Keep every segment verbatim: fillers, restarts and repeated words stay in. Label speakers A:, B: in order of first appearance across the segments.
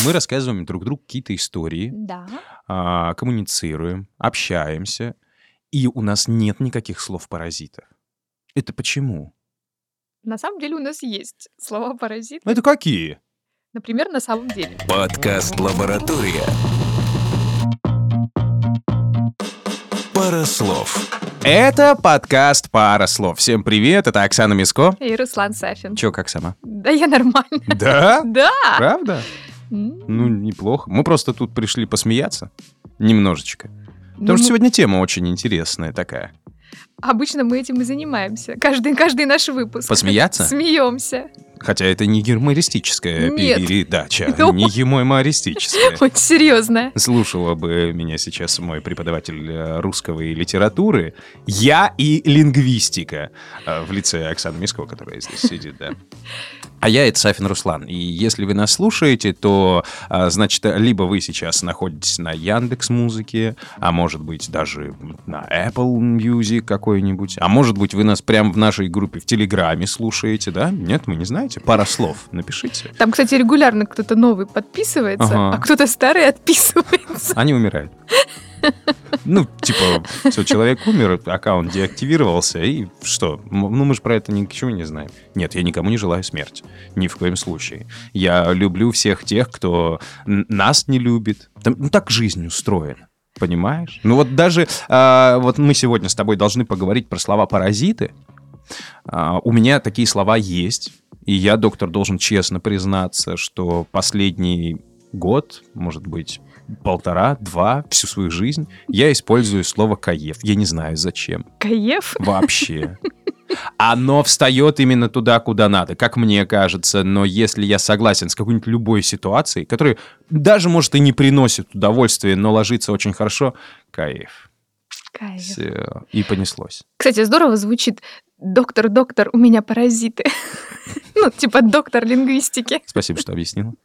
A: Мы рассказываем друг другу какие-то истории,
B: Да.
A: а, коммуницируем, общаемся, и у нас нет никаких слов-паразитов. Это почему?
B: На самом деле у нас есть слова-паразиты.
A: Это какие?
B: Например, на самом деле.
C: Подкаст «Лаборатория». Пара слов.
A: Это подкаст «Пара слов». Всем привет, это Оксана Миско.
B: И Руслан Сафин.
A: Чё, как сама?
B: Да я нормально.
A: Да?
B: Да.
A: Правда?
B: М.
A: Ну, неплохо. Мы просто тут пришли посмеяться. Немножечко. Потому
B: Ну,
A: что сегодня тема очень интересная такая.
B: Обычно мы этим и занимаемся. Каждый, каждый наш выпуск.
A: Посмеяться?
B: Смеемся.
A: Хотя это не юмористическая
B: Нет.
A: передача,
B: Ну.
A: не юмористическая.
B: Очень серьезно.
A: Слушала бы меня сейчас мой преподаватель э, русского и литературы. Я и лингвистика. э, В лице Оксаны Миско, которая здесь сидит, да. А я — это Сафин Руслан. И если вы нас слушаете, то, а, значит, либо вы сейчас находитесь на Яндекс.Музыке, а может быть даже на Apple Music какой-нибудь, а может быть вы нас прямо в нашей группе в Телеграме слушаете, да? Нет, вы не знаете? Пара слов напишите.
B: Там, кстати, регулярно кто-то новый подписывается,
A: Ага.
B: а кто-то старый отписывается.
A: Они умирают. Ну, типа, все, человек умер, аккаунт деактивировался, и что? М- Ну, мы же про это ничего не знаем. Нет, я никому не желаю смерти. Ни в коем случае. Я люблю всех тех, кто н- нас не любит. Там, ну, так жизнь устроена. Понимаешь? Ну, вот даже... а, вот мы сегодня с тобой должны поговорить про слова-паразиты. А, у меня такие слова есть. И я, доктор, должен честно признаться, что последний год, может быть, полтора, два, всю свою жизнь я использую слово «каеф». Я не знаю, зачем.
B: Каеф?
A: Вообще. Оно встает именно туда, куда надо, как мне кажется. Но если я согласен с какой-нибудь любой ситуацией, которая даже, может, и не приносит удовольствия, но ложится очень хорошо, кайф.
B: Каеф.
A: Все. И понеслось.
B: Кстати, здорово звучит. Доктор, доктор, у меня паразиты. Ну, типа доктор лингвистики.
A: Спасибо, что объяснила.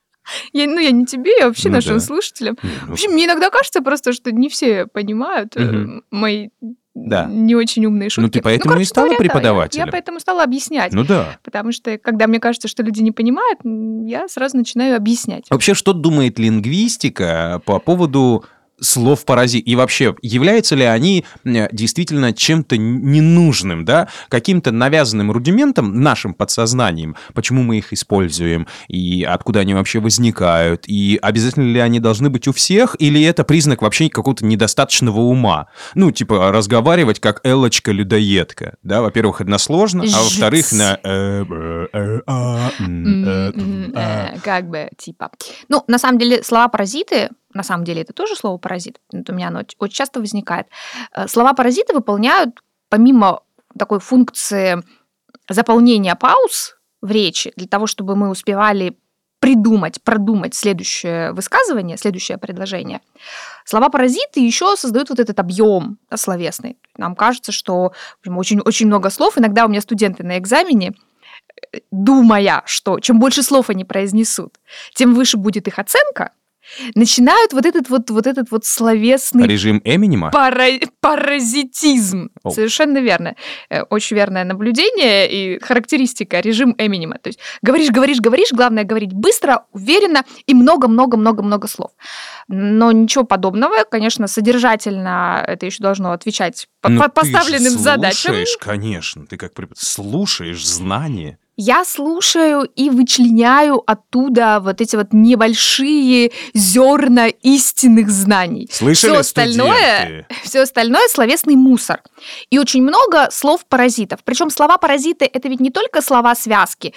B: Я, ну, я не тебе, я вообще
A: Ну
B: нашим
A: да.
B: слушателям.
A: Ну,
B: В общем, мне иногда кажется просто, что не все понимают э,
A: Мгм.
B: мои
A: Да.
B: не очень умные шутки.
A: Ну, ты поэтому
B: короче
A: и стала
B: говоря, да, я-
A: преподавателем.
B: Я, поэтому стала объяснять.
A: Ну да.
B: Потому что, когда мне кажется, что люди не понимают, м, я сразу начинаю объяснять.
A: Вообще, что думает лингвистика по поводу слов-паразит? И вообще, являются ли они э, действительно чем-то ненужным, да? Каким-то навязанным рудиментом нашим подсознанием? Почему мы их используем? И откуда они вообще возникают? И обязательно ли они должны быть у всех? Или это признак вообще какого-то недостаточного ума? Ну, типа, разговаривать как Эллочка-людоедка. Да, во-первых, односложно, а во-вторых, на... э, э, э, а, м, э,
B: М,
A: а.
B: э, Как бы, типа. Ну, на самом деле, слова-паразиты, на самом деле, это тоже слово «паразит». Вот у меня оно оч- очень часто возникает. Э, Слова-паразиты выполняют, помимо такой функции заполнения пауз в речи, для того, чтобы мы успевали придумать, продумать следующее высказывание, следующее предложение, слова-паразиты еще создают вот этот объем словесный. Нам кажется, что очень-очень много слов. Иногда у меня студенты на экзамене, э, думая, что чем больше слов они произнесут, тем выше будет их оценка, начинают вот этот вот, вот этот вот словесный
A: Режим Эминема?
B: пара- паразитизм.
A: Оу.
B: Совершенно верно. Э, Очень верное наблюдение и характеристика, режим Эминема. То есть говоришь, говоришь, говоришь, главное говорить быстро, уверенно и много-много-много-много слов. Но ничего подобного, конечно, содержательно это еще должно отвечать по,
A: Ну,
B: по
A: ты же
B: поставленным задачам.
A: слушаешь, конечно. Ты как препод- слушаешь знания.
B: Я слушаю и вычленяю оттуда вот эти вот небольшие зерна истинных знаний.
A: Слышали,
B: Все остальное,
A: студенты?
B: все остальное словесный мусор. И очень много слов-паразитов. Причем слова-паразиты — это ведь не только слова-связки,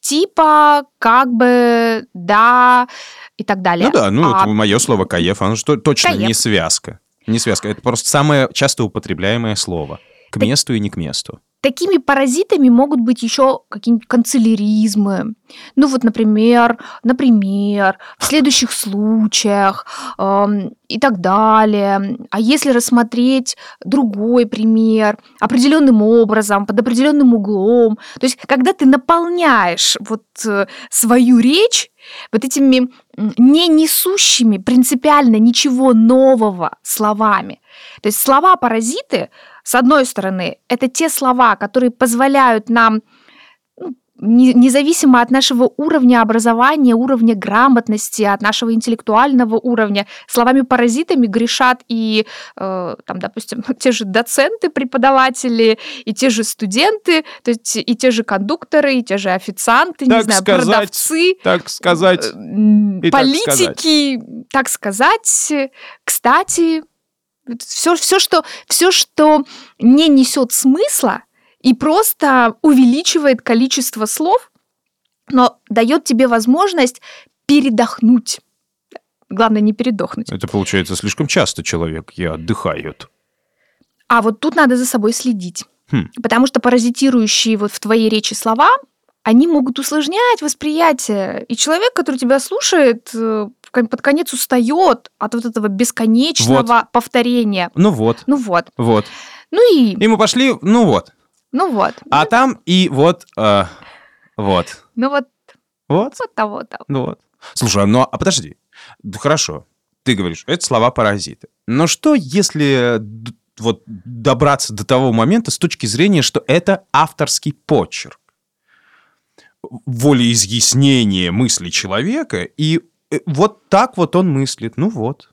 B: типа, как бы, да и так далее.
A: Ну да, ну
B: А
A: это мое слово «каеф», оно что, точно
B: Каеф.
A: не связка. Не связка, это просто самое часто употребляемое слово. К
B: Так-
A: месту и не к месту.
B: Такими паразитами могут быть еще какие-нибудь канцеляризмы. Ну вот, например, например, в следующих случаях эм, и так далее. А если рассмотреть другой пример определенным образом, под определенным углом, то есть когда ты наполняешь вот э, свою речь вот этими м, не несущими принципиально ничего нового словами. То есть слова-паразиты, с одной стороны, это те слова, которые позволяют нам ну, не- независимо от нашего уровня образования, уровня грамотности, от нашего интеллектуального уровня, словами-паразитами грешат и, э, там, допустим, те же доценты, преподаватели, и те же студенты, то есть и те же кондукторы, и те же официанты, не
A: Так
B: знаю,
A: сказать,
B: продавцы,
A: Так сказать.
B: э, м,
A: и так
B: политики, так сказать. Кстати, все, все, что, все, что не несет смысла и просто увеличивает количество слов, но дает тебе возможность передохнуть. Главное, не передохнуть.
A: Это получается слишком часто человек и отдыхает.
B: А вот тут надо за собой следить.
A: Хм.
B: Потому что паразитирующие вот в твоей речи слова, они могут усложнять восприятие. И человек, который тебя слушает, э, в кон- под конец устает от вот этого бесконечного повторения.
A: Ну вот,
B: Ну вот.
A: вот.
B: Ну и,
A: И мы пошли, ну вот.
B: ну вот.
A: А там и вот, э, вот.
B: Ну вот,
A: Вот,
B: вот того там.
A: ну вот. Слушай, ну а подожди. Да хорошо, ты говоришь, это слова-паразиты. Но что, если д- вот добраться до того момента с точки зрения, что это авторский почерк? Волеизъяснение мысли человека, и э, вот так вот он мыслит. Ну вот,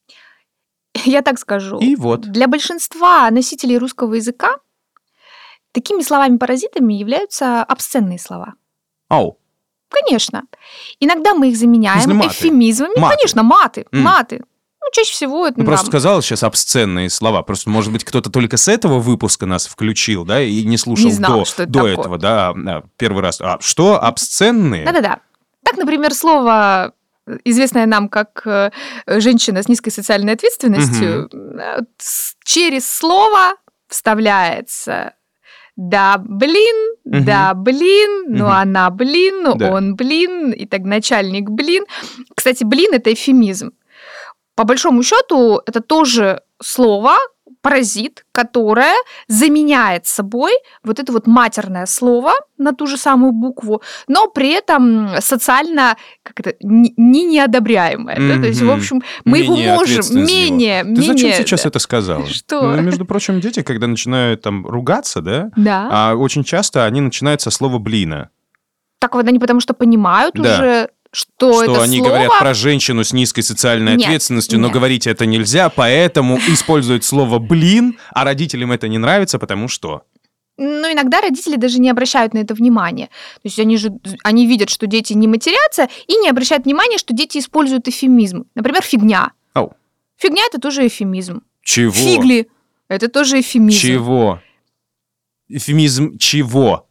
B: Я так скажу.
A: и вот.
B: Для большинства носителей русского языка такими словами-паразитами являются обсценные слова.
A: Ау.
B: Конечно. Иногда мы их заменяем
A: Если маты.
B: эвфемизмами.
A: Маты.
B: Конечно, маты.
A: М.
B: Маты. Ну, чаще всего это
A: Ну, просто
B: нам-
A: сказала сейчас обсценные слова. Просто, может быть, кто-то только с этого выпуска нас включил, да, и не слушал
B: Не знал,
A: до,
B: что это
A: до
B: такое.
A: этого, да, а, первый раз. А что, обсценные?
B: Да-да-да. Так, например, слово, э, известное нам как э, женщина с низкой социальной ответственностью, э, вот с- через слово вставляется да, блин,
A: Мгм.
B: да, блин, ну
A: Мгм.
B: она, блин, ну
A: Да.
B: он, блин, и так начальник, блин. Кстати, блин – это эвфемизм. По большому счету, это тоже слово, паразит, которое заменяет собой вот это вот матерное слово на ту же самую букву, но при этом социально как это, не, не неодобряемое. Да? То есть, в
A: Мгм.
B: общем, мы его
A: Менее
B: можем
A: ответственно за него.
B: менее...
A: Ты
B: менее
A: зачем сейчас
B: да.
A: это сказала?
B: Что?
A: Ну, между прочим, дети, когда начинают там ругаться, да,
B: Да.
A: а очень часто они начинают со слова «блина».
B: Так вот они потому что понимают
A: Да.
B: уже, что,
A: Что
B: это
A: они
B: слово...
A: говорят про женщину с низкой социальной
B: Нет,
A: ответственностью, но
B: нет.
A: говорить это нельзя, поэтому используют слово «блин», а родителям это не нравится, потому что...
B: Ну, иногда родители даже не обращают на это внимания. То есть они же они видят, что дети не матерятся, и не обращают внимания, что дети используют эвфемизм. Например, фигня.
A: Ау.
B: Фигня – это тоже эвфемизм.
A: Чего?
B: Фигли – это тоже эвфемизм.
A: Чего? Эвфемизм чего?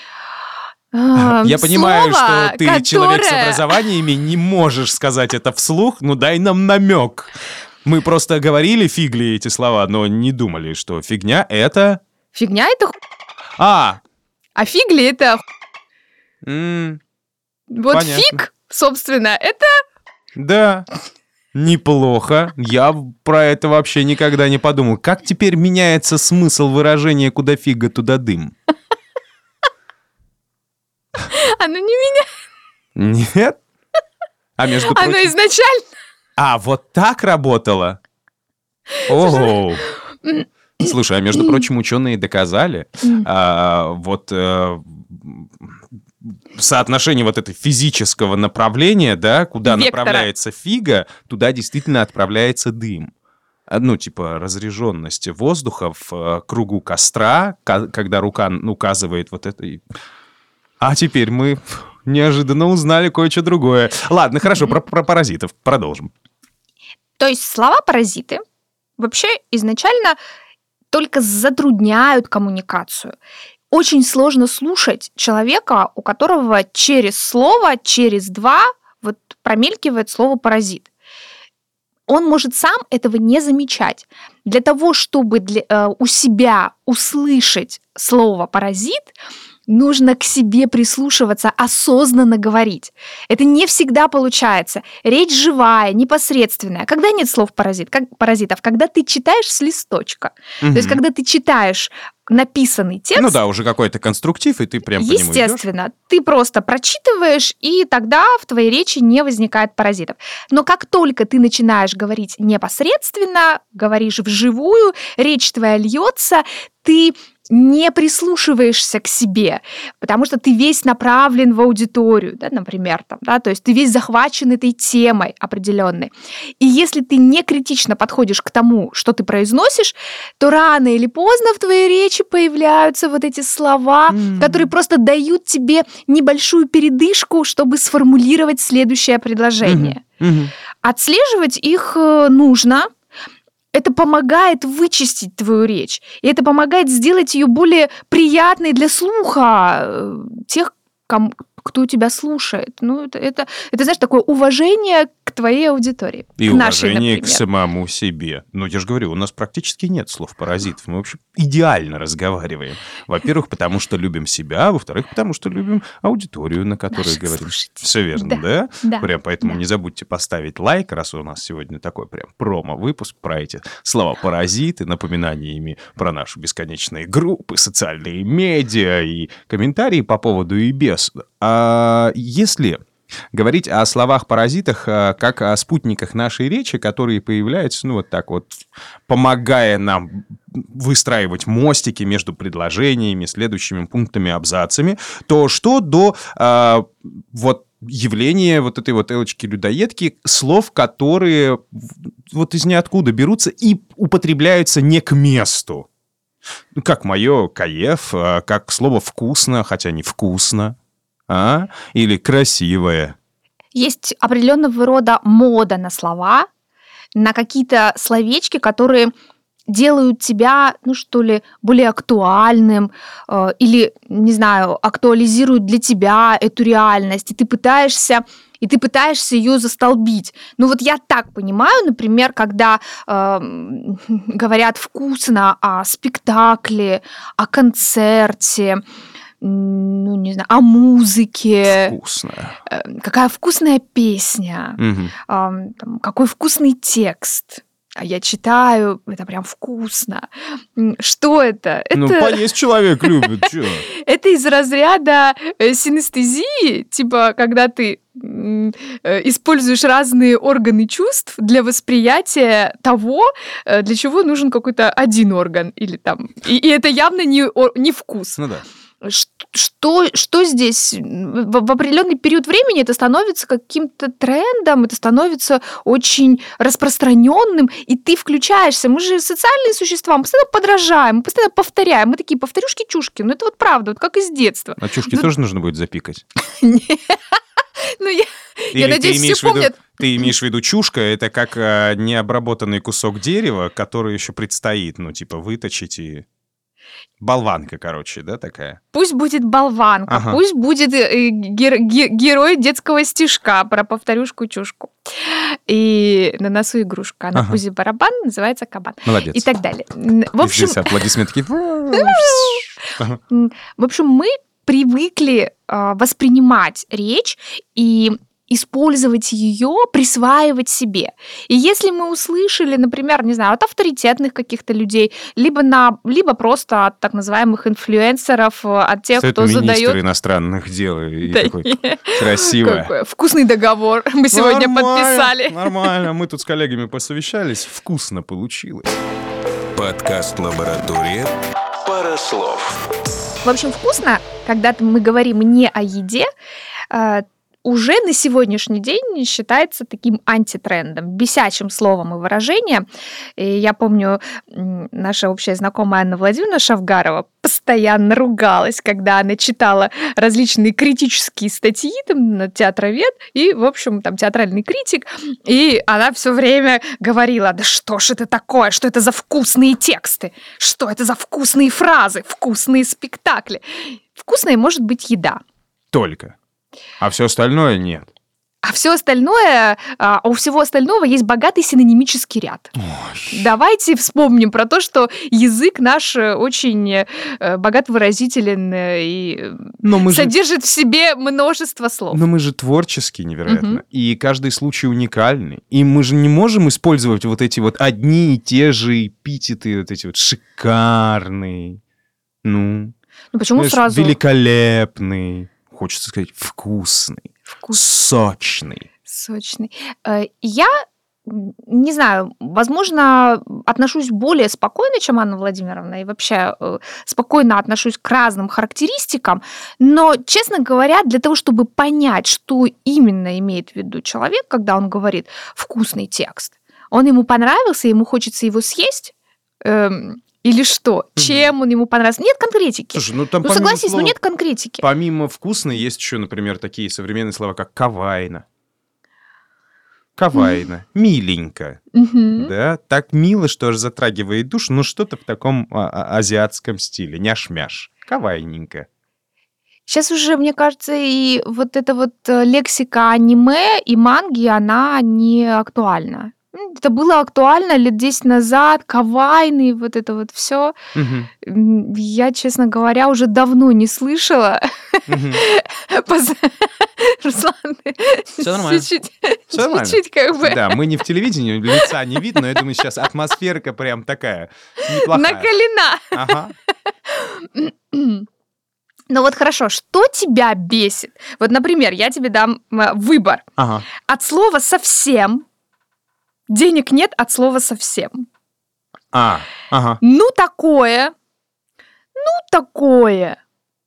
B: А,
A: Я понимаю,
B: слово,
A: что ты человек с
B: которое-
A: образованиями, не можешь сказать это вслух, ну дай нам намек. Мы просто говорили фигли эти слова, но не думали, что фигня это...
B: Фигня – это ху...
A: А,
B: А фигли – это ху...
A: м,
B: Вот
A: Понятно.
B: фиг, собственно, это...
A: да, неплохо. Я про это вообще никогда не подумал. Как теперь меняется смысл выражения «куда фига, туда дым»?
B: Оно не меня,
A: Нет? А между
B: оно
A: прочим...
B: изначально...
A: А, вот так работало? О, слушай, а между прочим, ученые доказали, а, вот э, соотношение вот этого физического направления, да, куда
B: Вектора.
A: направляется фига, туда действительно отправляется дым. А, Ну, типа разряженность воздуха в э, кругу костра, ка- когда рука указывает вот это. и- А теперь мы неожиданно узнали кое-что другое. Ладно, хорошо, про, про паразитов продолжим.
B: То есть слова-паразиты вообще изначально только затрудняют коммуникацию. Очень сложно слушать человека, у которого через слово, через два вот промелькивает слово «паразит». Он может сам этого не замечать. Для того, чтобы для, э, у себя услышать слово «паразит», нужно к себе прислушиваться, осознанно говорить. Это не всегда получается. Речь живая, непосредственная. Когда нет слов паразит, как, паразитов? Когда ты читаешь с листочка. То есть, когда ты читаешь написанный текст.
A: Ну да, уже какой-то конструктив, и ты прям по нему идешь.
B: Естественно, ты просто прочитываешь, и тогда в твоей речи не возникает паразитов. Но как только ты начинаешь говорить непосредственно, говоришь вживую, речь твоя льется, ты не прислушиваешься к себе, потому что ты весь направлен в аудиторию, да, например, там, да, то есть ты весь захвачен этой темой определенной. И если ты не критично подходишь к тому, что ты произносишь, то рано или поздно в твоей речи появляются вот эти слова, mm. которые просто дают тебе небольшую передышку, чтобы сформулировать следующее предложение. Mm-hmm. Mm-hmm. Отслеживать их нужно. Это помогает вычистить твою речь, и это помогает сделать ее более приятной для слуха тех, кому, кто тебя слушает. Ну, это, это, это, знаешь, такое уважение к твоей аудитории.
A: И
B: к нашей,
A: уважение
B: например.
A: к самому себе. Ну, я же говорю, у нас практически нет слов-паразитов. Мы вообще идеально разговариваем. Во-первых, потому что любим себя, а во-вторых, потому что любим аудиторию, на которой
B: Наших
A: говорим.
B: слушателей.
A: Все верно, да?
B: Да, да,
A: Прям поэтому
B: да.
A: не забудьте поставить лайк, раз у нас сегодня такой прям промо-выпуск про эти слова-паразиты, напоминаниями про наши бесконечные группы, социальные медиа и комментарии по поводу и без. А если говорить о словах-паразитах как о спутниках нашей речи, которые появляются, ну, вот так вот, помогая нам выстраивать мостики между предложениями, следующими пунктами, абзацами, то что до а, вот явления вот этой вот Элочки-людоедки, слов, которые вот из ниоткуда берутся и употребляются не к месту? Как мое «каеф», как слово «вкусно», хотя не «вкусно». А? Или красивая.
B: Есть определенного рода мода на слова, на какие-то словечки, которые делают тебя, ну что ли, более актуальным э, или, не знаю, актуализируют для тебя эту реальность, и ты пытаешься и ты пытаешься ее застолбить. Ну вот я так понимаю, например, когда э, говорят вкусно о спектакле, о концерте, ну, не знаю, о музыке.
A: Вкусно.
B: Какая вкусная песня.
A: Угу.
B: Там, какой вкусный текст. А я читаю, это прям вкусно. Что это? это...
A: Ну, поесть человек любит, чё?
B: Это из разряда синестезии, типа, когда ты используешь разные органы чувств для восприятия того, для чего нужен какой-то один орган. Или там... И, и это явно не, не вкус.
A: Ну да.
B: Что, что здесь? В, в определенный период времени это становится каким-то трендом, это становится очень распространенным, и ты включаешься. Мы же социальные существа, мы постоянно подражаем, мы постоянно повторяем. Мы такие повторюшки-чушки. Ну, это вот правда, вот как из детства.
A: А чушки
B: ну,
A: тоже нужно будет запикать?
B: Ну, я, я надеюсь, все помнят.
A: Виду, ты имеешь в виду чушка, это как а, необработанный кусок дерева, который еще предстоит, ну, типа, выточить и... Болванка, короче, да, такая?
B: Пусть будет болванка,
A: ага. Пусть
B: будет гер- гер- герой детского стишка про повторюшку-чушку. И на носу игрушка, а на ага. пузе барабан, называется кабан.
A: Молодец.
B: И так далее. В общем...
A: Здесь аплодисменты.
B: В общем, мы привыкли воспринимать речь и использовать ее, присваивать себе. И если мы услышали, например, не знаю, от авторитетных каких-то людей, либо, на, либо просто от так называемых инфлюенсеров, от тех,
A: Стоит
B: кто задает...
A: министр иностранных дел. И да такой красиво.
B: Какой вкусный договор мы сегодня
A: нормально,
B: подписали.
A: Нормально, мы тут с коллегами посовещались, вкусно получилось.
C: Подкаст «Лаборатория Парослов».
B: В общем, вкусно, когда мы говорим не о еде, уже на сегодняшний день считается таким антитрендом, бесячим словом и выражением. И я помню, наша общая знакомая Анна Владимировна Шавгарова постоянно ругалась, когда она читала различные критические статьи там, на Театровед, и, в общем, там театральный критик, и она все время говорила: да что ж это такое, что это за вкусные тексты, что это за вкусные фразы, вкусные спектакли. Вкусной может быть еда.
A: Только. А все остальное нет.
B: А все остальное, а у всего остального есть богатый синонимический ряд.
A: Ой.
B: Давайте вспомним про то, что язык наш очень богат, выразителен и мы содержит же... в себе множество слов.
A: Но мы же творческие невероятно, угу. И каждый случай уникальный. И мы же не можем использовать вот эти вот одни и те же эпитеты, вот эти вот шикарный, Ну,
B: Ну почему
A: знаешь,
B: сразу?
A: великолепный, хочется сказать, вкусный,
B: Вкус
A: сочный.
B: сочный. Э, Я м, не знаю, возможно, отношусь более спокойно, чем Анна Владимировна, и вообще э, спокойно отношусь к разным характеристикам, но, честно говоря, для того, чтобы понять, что именно имеет в виду человек, когда он говорит «вкусный текст», он ему понравился, ему хочется его съесть, эм, или что? Чем он ему понравился? Нет конкретики.
A: Слушай, ну там
B: Ну,
A: помимо
B: согласись,
A: слова-
B: ну нет конкретики.
A: Помимо вкусный, есть еще, например, такие современные слова, как кавайно. Кавайно. Миленько.
B: Мгм.
A: Да, так мило, что аж затрагивает душу, но что-то в таком а- а- азиатском стиле. Няш-мяш. Кавайненько.
B: Сейчас уже, мне кажется, и вот эта вот э, лексика аниме и манги, она не актуальна. М, Это было актуально лет десять назад, кавайный, вот это вот все.
A: Мгм.
B: Я, честно говоря, уже давно не слышала.
A: Мгм.
B: Поз- Руслан, ты
A: Всё нормально.
B: чуть-чуть,
A: Всё нормально.
B: чуть-чуть как бы
A: Да, мы не в телевидении, лица не видно, но я думаю, сейчас атмосферка прям такая неплохая.
B: накалена.
A: Ага.
B: Ну вот хорошо, что тебя бесит? Вот, например, я тебе дам э, выбор.
A: Ага.
B: От слова «совсем» денег нет от слова «совсем».
A: А, ага.
B: Ну такое, ну такое.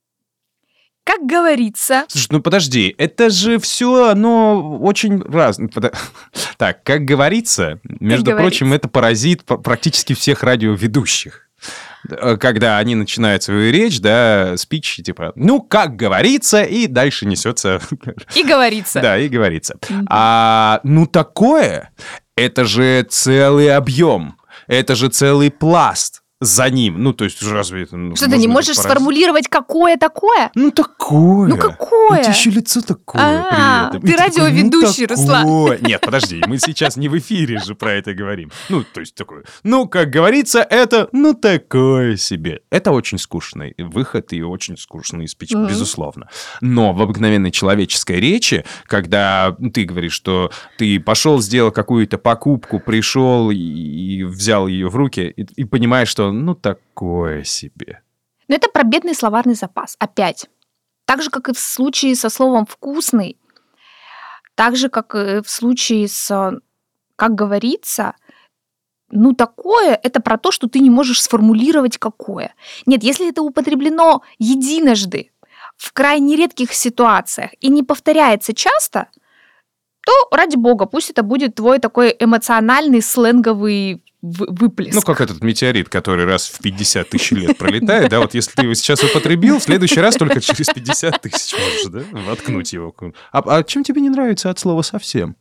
B: Как говорится,
A: Слушай, ну подожди, это же все, оно очень разное. Подо- Так, как говорится, между
B: говорится.
A: прочим, это паразит пр- практически всех радиоведущих. Э, Когда они начинают свою речь, да, спич, типа, ну, как говорится, и дальше несется,
B: и говорится.
A: да, и говорится.
B: Мгм.
A: А, ну, такое, это же целый объем, это же целый пласт за ним. Ну, то есть, разве это... ну,
B: Что ты
A: можно
B: не
A: это
B: можешь
A: паразит?
B: сформулировать, какое такое?
A: Ну, такое.
B: Ну, какое?
A: У тебя еще лицо такое
B: А,
A: при этом.
B: ты
A: И такой, ну,
B: радиоведущий, Руслан.
A: такое. Нет, подожди, мы сейчас не в эфире же про это говорим. Ну, то есть такое, ну, как говорится, это, ну, такое себе. Это очень скучный выход и очень скучный спич,
B: Мгм.
A: безусловно. Но в обыкновенной человеческой речи, когда ты говоришь, что ты пошел, сделал какую-то покупку, пришел и, и взял ее в руки, и, и понимаешь, что, ну, такое себе.
B: Но это про бедный словарный запас. Опять. Так же, как и в случае со словом «вкусный», так же, как и в случае с «как говорится», ну, такое — это про то, что ты не можешь сформулировать какое. Нет, если это употреблено единожды, в крайне редких ситуациях и не повторяется часто, то, ради бога, пусть это будет твой такой эмоциональный сленговый вы- выплеск.
A: Ну, как этот метеорит, который раз в пятьдесят тысяч лет пролетает, да, вот если ты его сейчас употребил, в следующий раз только через пятьдесят тысяч можешь, да, воткнуть его. А, а чем тебе не нравится от слова «совсем»?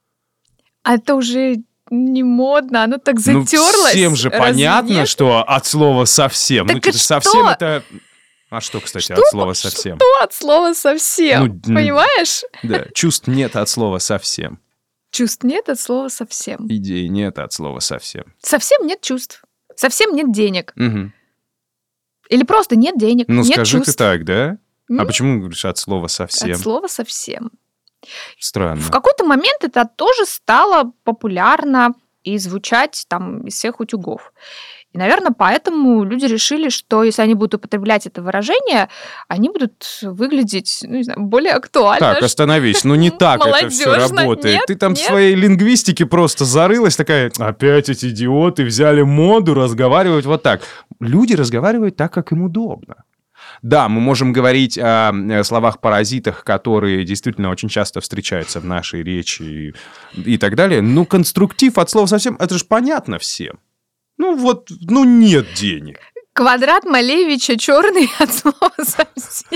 B: А это уже не модно, оно так
A: Ну,
B: затерлось.
A: всем же
B: разве
A: понятно,
B: нет?
A: что от слова «совсем». Ну,
B: Так
A: типа,
B: и
A: совсем
B: что?
A: это... А что, кстати,
B: Что?
A: от слова «совсем»?
B: Что от слова «совсем»?
A: Ну, ну,
B: Понимаешь?
A: Да, чувств нет от слова «совсем».
B: Чувств нет от слова «совсем».
A: Идей нет от слова «совсем».
B: Совсем нет чувств. Совсем нет денег.
A: Мгм.
B: Или просто нет денег.
A: Ну,
B: нет
A: скажи
B: чувств.
A: ты так, да? А
B: М?
A: почему говоришь от слова «совсем»?
B: От слова «совсем».
A: Странно.
B: В какой-то момент это тоже стало популярно и звучать там из всех утюгов. И, наверное, поэтому люди решили, что если они будут употреблять это выражение, они будут выглядеть, ну, не знаю, более актуально.
A: Так, остановись. Ну, не так это все
B: Молодежно.
A: работает.
B: Нет,
A: Ты там в
B: нет.
A: своей лингвистике просто зарылась, такая, опять эти идиоты взяли моду разговаривать вот так. Люди разговаривают так, как им удобно. Да, мы можем говорить о э, словах-паразитах, которые действительно очень часто встречаются в нашей речи и, и так далее. Но конструктив от слова «совсем» — это же понятно всем. Ну вот, ну нет денег.
B: Квадрат Малевича черный от слова «совсем».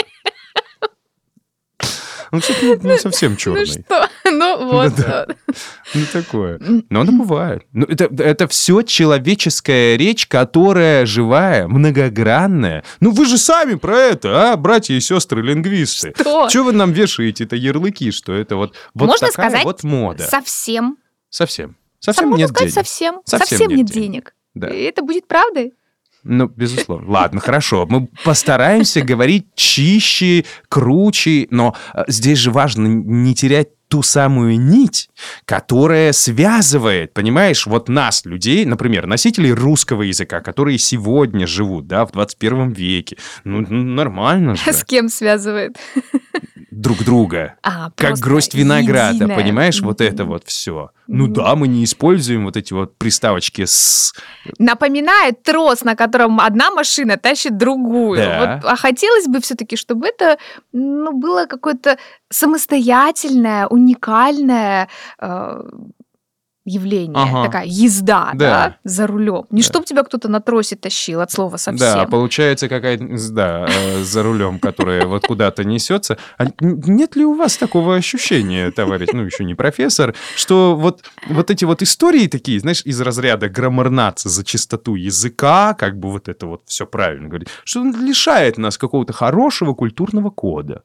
A: Ну, кстати, не, не совсем
B: Ну
A: черный.
B: что? Ну вот.
A: Да. Ну, такое. Но оно бывает. Ну, это, это все человеческая речь, которая живая, многогранная. Ну, вы же сами про это, а, братья и сестры-лингвисты.
B: Что?
A: Чего вы нам вешаете-то ярлыки, что это вот, вот
B: Можно
A: такая
B: сказать
A: вот мода?
B: Совсем.
A: Совсем. Совсем
B: Можно
A: нет
B: сказать
A: денег.
B: совсем.
A: Совсем
B: Совсем,
A: нет
B: нет
A: денег.
B: денег.
A: Да.
B: И это будет правдой?
A: Ну, безусловно. Ладно, хорошо. Мы постараемся говорить чище, круче, но э, здесь же важно не терять ту самую нить, которая связывает, понимаешь, вот нас, людей, например, носителей русского языка, которые сегодня живут, да, в двадцать первом веке. Ну, нормально же.
B: С кем связывает?
A: Друг друга.
B: А,
A: как гроздь винограда,
B: единое.
A: понимаешь, вот это вот все. Ну да, мы не используем вот эти вот приставочки с...
B: Напоминает трос, на котором одна машина тащит другую.
A: Да.
B: Вот, а хотелось бы все-таки, чтобы это ну, было какое-то самостоятельное, уникальное э, явление.
A: Ага.
B: Такая езда
A: Да.
B: да, за рулем. Не
A: Да.
B: чтоб тебя кто-то на тросе тащил от слова совсем.
A: Да, получается какая-то, да, э, за рулем, которая вот куда-то несется. А н- нет ли у вас такого ощущения, товарищ, ну, еще не профессор, что вот, вот эти вот истории такие, знаешь, из разряда граммарнаца за чистоту языка, как бы вот это вот все правильно говорить, что он лишает нас какого-то хорошего культурного кода.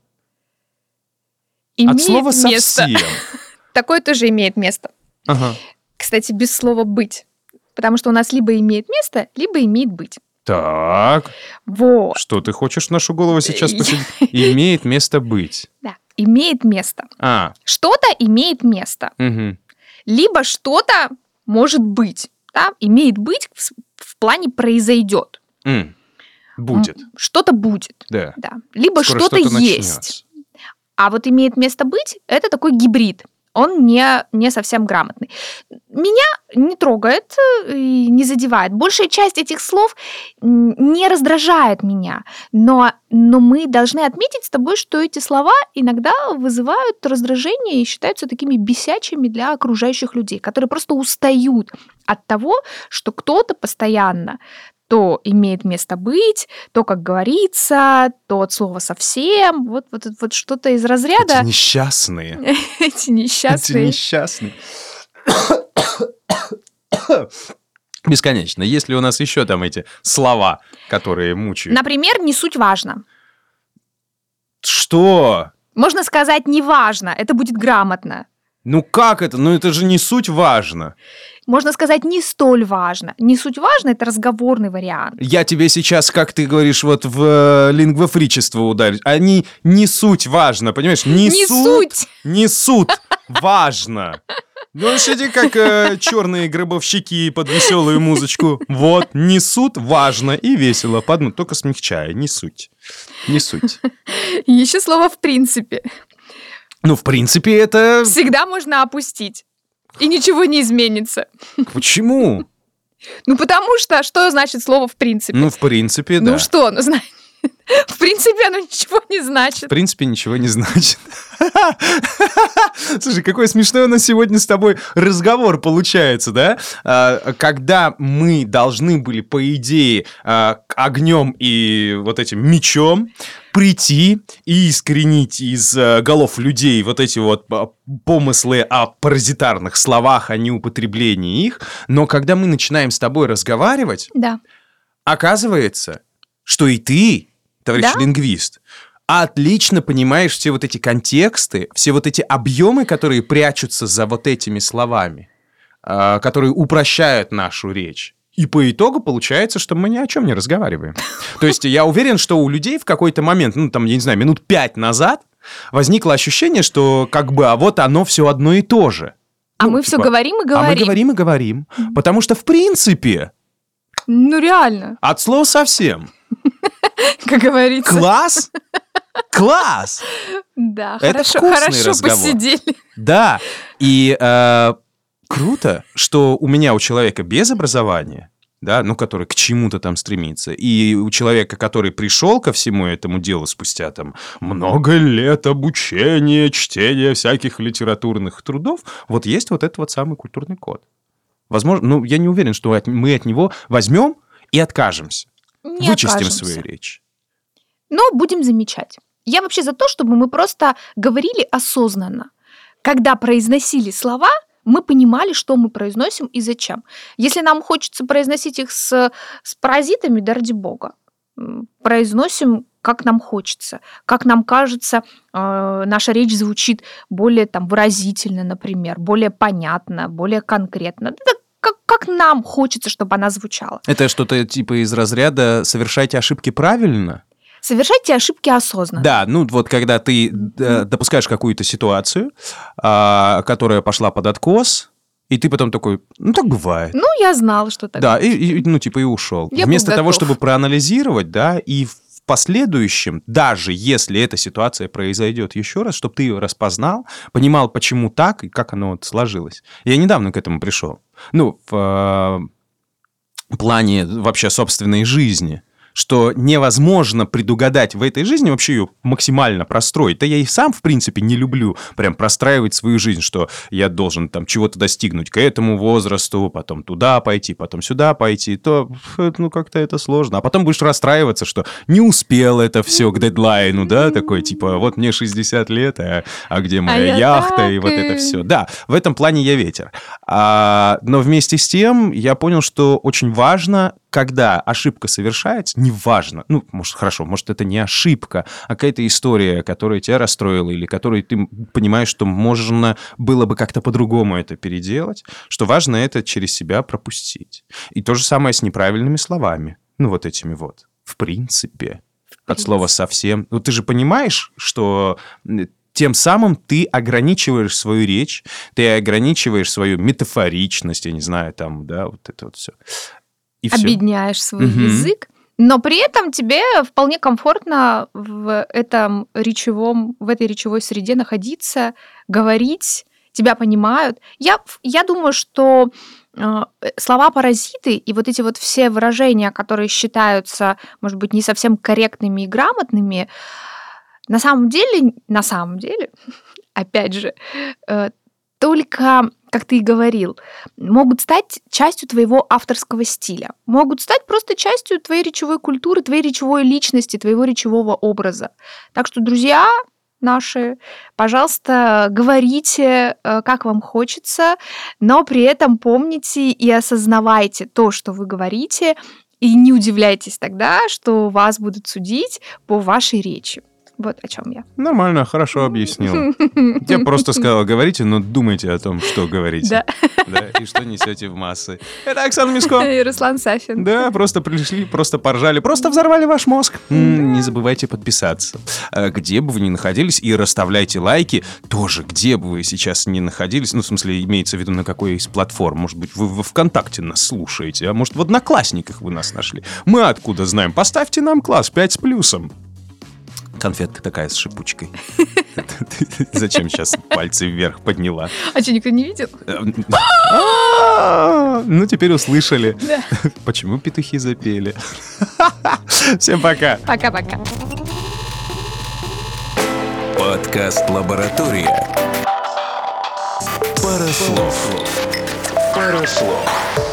B: Имеет
A: От слова
B: место.
A: совсем.
B: Такое тоже имеет место.
A: Ага.
B: Кстати, без слова «быть». Потому что у нас либо имеет место, либо имеет быть.
A: Так,
B: Вот.
A: что ты хочешь в нашу голову сейчас посадить? Имеет место быть.
B: Да. Имеет место.
A: А,
B: Что-то имеет место.
A: угу.
B: Либо что-то может быть. Да? Имеет быть в, в плане произойдет.
A: М, Будет,
B: М, Что-то будет.
A: да.
B: Да. Либо
A: Скоро
B: что-то,
A: что-то
B: есть.
A: начнется.
B: А вот имеет место быть, это такой гибрид. Он не, не совсем грамотный. Меня не трогает и не задевает. Большая часть этих слов м, не раздражает меня. Но, но мы должны отметить с тобой, что эти слова иногда вызывают раздражение и считаются такими бесячими для окружающих людей, которые просто устают от того, что кто-то постоянно то имеет место быть, то, как говорится, то от слова совсем. Вот, вот, вот что-то из разряда...
A: Эти несчастные.
B: Эти несчастные.
A: Эти несчастные. Бесконечно. Есть ли у нас еще там эти слова, которые мучают?
B: Например, не суть важно.
A: Что?
B: Можно сказать не важно, это будет грамотно.
A: Ну как это? Ну это же не суть важно.
B: Можно сказать не столь важно. Не суть важно, это разговорный вариант.
A: Я тебе сейчас, как ты говоришь, вот в э, лингвофричество ударить. Они не суть важно, понимаешь? Не,
B: Не
A: суть.
B: суть.
A: Не суть важно. Ну, сиди как э, черные гробовщики под веселую музычку. Вот, не суть важно и весело. По одному, только смягчая, не суть. Не суть.
B: Еще слово «в принципе».
A: Ну, в принципе, это...
B: Всегда можно опустить. И ничего не изменится.
A: Почему?
B: Ну, потому что, что значит слово «в принципе»?
A: Ну, в принципе, да.
B: Ну что, ну, знаете, в принципе, оно ничего не значит.
A: В принципе, ничего не значит. Слушай, какой смешной у нас сегодня с тобой разговор получается, да? А, Когда мы должны были, по идее, а, огнем и вот этим мечом прийти и искоренить из а, голов людей вот эти вот а, помыслы о паразитарных словах, о неупотреблении их, но когда мы начинаем с тобой разговаривать,
B: Да.
A: оказывается, что и ты, товарищ
B: Да?
A: лингвист, отлично понимаешь все вот эти контексты, все вот эти объемы, которые прячутся за вот этими словами, а, которые упрощают нашу речь. И по итогу получается, что мы ни о чем не разговариваем. То есть я уверен, что у людей в какой-то момент, ну там, я не знаю, минут пять назад возникло ощущение, что как бы, а вот оно все одно и то же.
B: А
A: Ну,
B: мы
A: типа,
B: все говорим и
A: А
B: говорим.
A: мы говорим и говорим. Потому что, в принципе,
B: Ну, реально,
A: от слова совсем.
B: как говорится.
A: Класс? Класс!
B: Да,
A: Это
B: хорошо,
A: вкусный
B: хорошо
A: разговор.
B: посидели.
A: Да, и э, круто, что у меня, у человека без образования, да, ну, который к чему-то там стремится, и у человека, который пришел ко всему этому делу спустя там много лет обучения, чтения всяких литературных трудов, вот есть вот этот вот самый культурный код. Возможно, ну, я не уверен, что от- мы от него возьмем и откажемся.
B: Не
A: Вычистим
B: окажемся.
A: свою речь.
B: Но будем замечать. Я вообще за то, чтобы мы просто говорили осознанно. Когда произносили слова, мы понимали, что мы произносим и зачем. Если нам хочется произносить их с, с паразитами, да ради бога, м, произносим, как нам хочется, как нам кажется, э, наша речь звучит более там, выразительно, например, более понятно, более конкретно. Да, как, как нам хочется, чтобы она звучала.
A: Это что-то типа из разряда «совершайте ошибки правильно»?
B: Совершайте ошибки осознанно.
A: Да, ну вот когда ты э, допускаешь какую-то ситуацию, э, которая пошла под откос, и ты потом такой, ну так бывает.
B: Ну, я знал, что так.
A: Да, и, и, ну типа и ушел.
B: Я
A: Вместо
B: был
A: того,
B: готов.
A: чтобы проанализировать, да, и в последующем, даже если эта ситуация произойдет еще раз, чтобы ты ее распознал, понимал, почему так и как оно вот сложилось. Я недавно к этому пришел. Ну, в э, плане вообще собственной жизни, что невозможно предугадать в этой жизни, вообще ее максимально простроить. Да я и сам, в принципе, не люблю прям простраивать свою жизнь, что я должен там чего-то достигнуть к этому возрасту, потом туда пойти, потом сюда пойти, то, ну, как-то это сложно. А потом будешь расстраиваться, что не успел это все к дедлайну, да, такой, типа, вот мне шестьдесят лет, а, а где моя
B: а
A: яхта,
B: так...
A: и вот это все. Да, в этом плане я ветер. А, но вместе с тем я понял, что очень важно, когда ошибка совершается, неважно, ну, может, хорошо, может, это не ошибка, а какая-то история, которая тебя расстроила, или которой ты понимаешь, что можно было бы как-то по-другому это переделать, что важно это через себя пропустить. И то же самое с неправильными словами. Ну, вот этими вот. В принципе. От слова совсем. Ну, ты же понимаешь, что... Тем самым ты ограничиваешь свою речь, ты ограничиваешь свою метафоричность, я не знаю, там, да, вот это вот все. И
B: объединяешь
A: всё.
B: свой
A: Угу.
B: язык, но при этом тебе вполне комфортно в этом речевом, в этой речевой среде находиться, говорить, тебя понимают. Я, я думаю, что э, слова-паразиты и вот эти вот все выражения, которые считаются, может быть, не совсем корректными и грамотными, на самом деле, на самом деле, опять же, э, только, как ты и говорил, могут стать частью твоего авторского стиля, могут стать просто частью твоей речевой культуры, твоей речевой личности, твоего речевого образа. Так что, друзья наши, пожалуйста, говорите, как вам хочется, но при этом помните и осознавайте то, что вы говорите, и не удивляйтесь тогда, что вас будут судить по вашей речи. Вот о чем я.
A: Нормально, хорошо объяснил. Я просто сказал, говорите, но думайте о том, что говорите.
B: Да.
A: Да, и что несете в массы. Это Оксана Миско.
B: И Руслан Сафин.
A: Да, просто пришли, просто поржали, просто взорвали ваш мозг. М-м, не забывайте подписаться. Где бы вы ни находились, и расставляйте лайки. Тоже, где бы вы сейчас ни находились, ну, в смысле, имеется в виду, на какой из платформ. Может быть, вы во ВКонтакте нас слушаете, а может, в Одноклассниках вы нас нашли. Мы откуда знаем? Поставьте нам класс пять с плюсом. Конфетка такая с шипучкой. Зачем сейчас пальцы вверх подняла?
B: А что, никто не видел?
A: Ну, теперь услышали. Почему петухи запели? Всем пока.
B: Пока-пока.
C: Подкаст «Лаборатория». Пара слов. Пара слов.